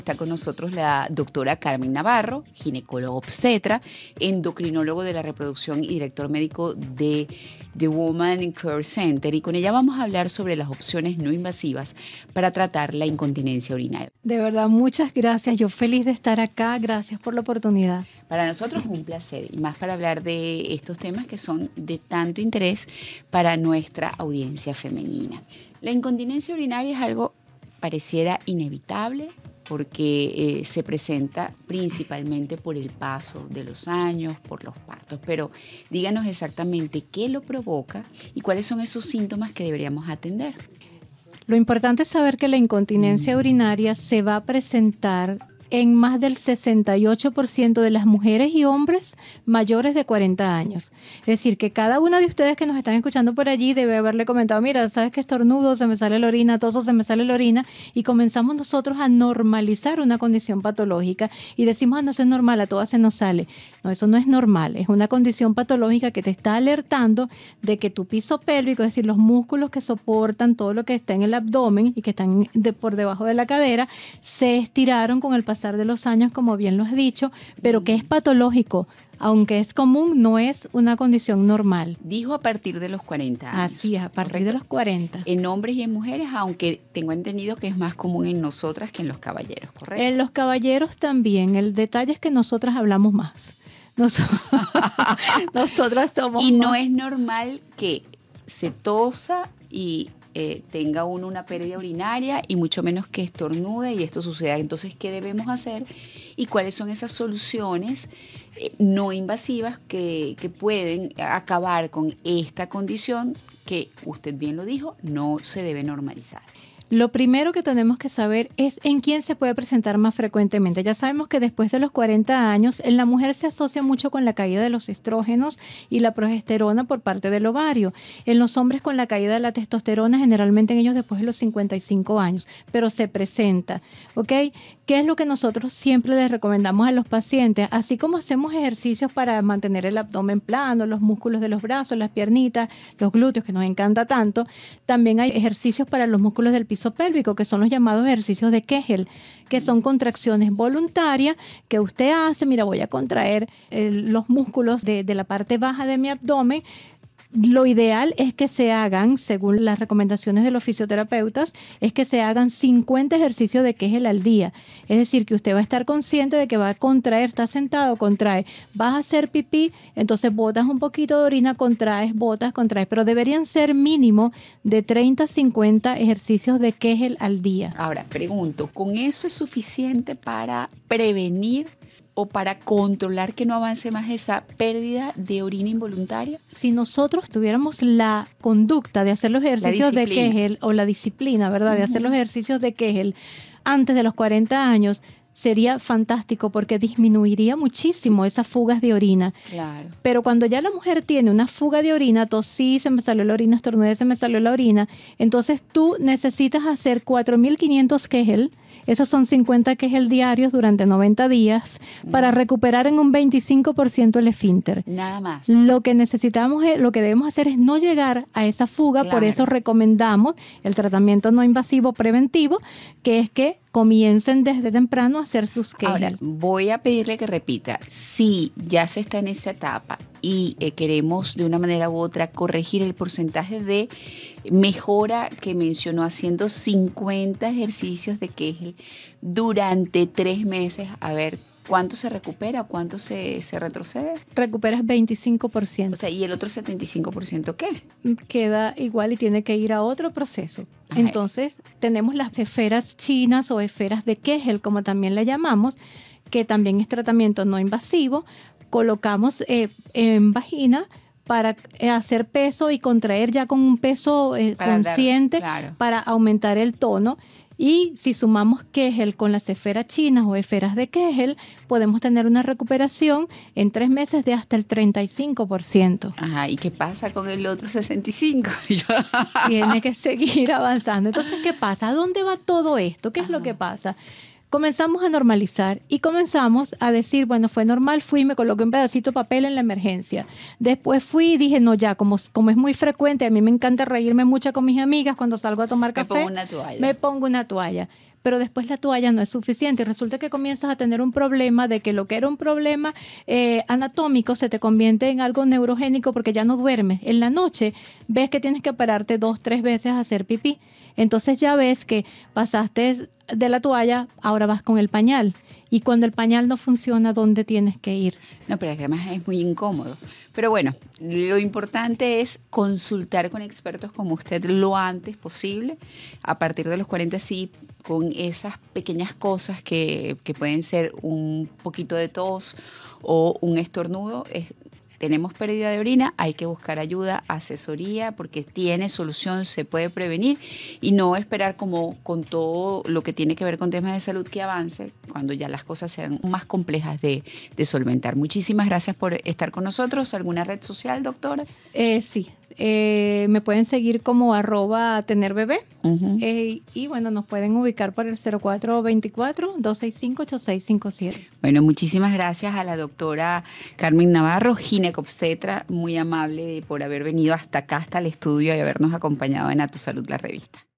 Está con nosotros la doctora Carmen Navarro, ginecólogo obstetra, endocrinólogo de la reproducción y director médico de The Woman Care Center. Y con ella vamos a hablar sobre las opciones no invasivas para tratar la incontinencia urinaria. De verdad, muchas gracias. Yo feliz de estar acá. Gracias por la oportunidad. Para nosotros es un placer, y más para hablar de estos temas que son de tanto interés para nuestra audiencia femenina. La incontinencia urinaria es algo pareciera inevitable, porque se presenta principalmente por el paso de los años, por los partos. Pero díganos exactamente qué lo provoca y cuáles son esos síntomas que deberíamos atender. Lo importante es saber que la incontinencia urinaria se va a presentar en más del 68% de las mujeres y hombres mayores de 40 años. Es decir, que cada una de ustedes que nos están escuchando por allí debe haberle comentado, mira, ¿sabes qué? Estornudo, se me sale la orina, toso, se me sale la orina, y comenzamos nosotros a normalizar una condición patológica y decimos, no, eso es normal, a todas se nos sale. No, eso no es normal, es una condición patológica que te está alertando de que tu piso pélvico, es decir, los músculos que soportan todo lo que está en el abdomen y que están por debajo de la cadera, se estiraron con el pasar de los años, como bien lo has dicho, pero que es patológico, aunque es común, no es una condición normal. Dijo a partir de los 40 años. Así es, a partir de los 40. En hombres y en mujeres, aunque tengo entendido que es más común en nosotras que en los caballeros, ¿correcto? En los caballeros también. El detalle es que nosotras hablamos más. Nosotras somos Y más. no es normal que se tosa y tenga uno una pérdida urinaria, y mucho menos que estornude y esto suceda. Entonces, ¿qué debemos hacer? ¿Y cuáles son esas soluciones no invasivas que pueden acabar con esta condición que, usted bien lo dijo, no se debe normalizar? Lo primero que tenemos que saber es en quién se puede presentar más frecuentemente. Ya sabemos que después de los 40 años, en la mujer se asocia mucho con la caída de los estrógenos y la progesterona por parte del ovario. En los hombres con la caída de la testosterona, generalmente en ellos después de los 55 años, pero se presenta, ¿ok? ¿Qué es lo que nosotros siempre les recomendamos a los pacientes? Así como hacemos ejercicios para mantener el abdomen plano, los músculos de los brazos, las piernitas, los glúteos, que nos encanta tanto, también hay ejercicios para los músculos del piso pélvico, que son los llamados ejercicios de Kegel, que son contracciones voluntarias que usted hace. Mira, voy a contraer los músculos de la parte baja de mi abdomen. Lo ideal es que se hagan, según las recomendaciones de los fisioterapeutas, es que se hagan 50 ejercicios de Kegel al día. Es decir, que usted va a estar consciente de que va a contraer, está sentado, contrae. Vas a hacer pipí, entonces botas un poquito de orina, contraes, botas, contraes. Pero deberían ser mínimo de 30 a 50 ejercicios de Kegel al día. Ahora, pregunto, ¿con eso es suficiente para prevenir o para controlar que no avance más esa pérdida de orina involuntaria? Si nosotros tuviéramos la conducta de hacer los ejercicios de Kegel, o la disciplina, ¿verdad?, de hacer los ejercicios de Kegel antes de los 40 años, sería fantástico porque disminuiría muchísimo esas fugas de orina. Claro. Pero cuando ya la mujer tiene una fuga de orina, tosí, se me salió la orina, estornudé, se me salió la orina, entonces tú necesitas hacer 4.500 Kegel. Esos son 50 Kegel diarios durante 90 días para recuperar en un 25% el esfínter. Nada más. Lo que necesitamos, lo que debemos hacer es no llegar a esa fuga. Claro. Por eso recomendamos el tratamiento no invasivo preventivo, que es que comiencen desde temprano a hacer sus Kegel. Ahora, voy a pedirle que repita, si ya se está en esa etapa y queremos de una manera u otra corregir el porcentaje de mejora que mencionó, haciendo 50 ejercicios de Kegel durante 3 meses, a ver cuánto se recupera, cuánto se retrocede. Recuperas 25%. O sea, ¿y el otro 75% qué? Queda igual y tiene que ir a otro proceso. Ajá. Entonces, tenemos las esferas chinas o esferas de Kegel, como también le llamamos, que también es tratamiento no invasivo. Colocamos en vagina para hacer peso y contraer ya con un peso consciente, claro, para aumentar el tono. Y si sumamos Kegel con las esferas chinas o esferas de Kegel, podemos tener una recuperación en 3 meses de hasta el 35%. Ajá, ¿y qué pasa con el otro 65%? Tiene que seguir avanzando. Entonces, ¿qué pasa? ¿A dónde va todo esto? ¿Qué es lo que pasa? Comenzamos a normalizar y comenzamos a decir, bueno, fue normal, fui y me coloqué un pedacito de papel en la emergencia. Después fui y dije, no, ya, como es muy frecuente, a mí me encanta reírme mucho con mis amigas cuando salgo a tomar café. Me pongo una toalla. Me pongo una toalla. pero después la toalla no es suficiente y resulta que comienzas a tener un problema de que lo que era un problema anatómico se te convierte en algo neurogénico porque ya no duermes. En la noche ves que tienes que pararte 2, 3 veces a hacer pipí. Entonces ya ves que pasaste de la toalla, ahora vas con el pañal. Y cuando el pañal no funciona, ¿dónde tienes que ir? No, pero además es muy incómodo. Pero bueno, lo importante es consultar con expertos como usted lo antes posible. A partir de los 40, sí, con esas pequeñas cosas que pueden ser un poquito de tos o un estornudo, tenemos pérdida de orina, hay que buscar ayuda, asesoría, porque tiene solución, se puede prevenir y no esperar como con todo lo que tiene que ver con temas de salud que avance cuando ya las cosas sean más complejas de solventar. Muchísimas gracias por estar con nosotros. ¿Alguna red social, doctora? Sí. Me pueden seguir como @tenerbebé y bueno, nos pueden ubicar por el 0424-265-8657. Bueno, muchísimas gracias a la doctora Carmen Navarro, ginecobstetra, muy amable por haber venido hasta acá, hasta el estudio y habernos acompañado en A Tu Salud, la revista.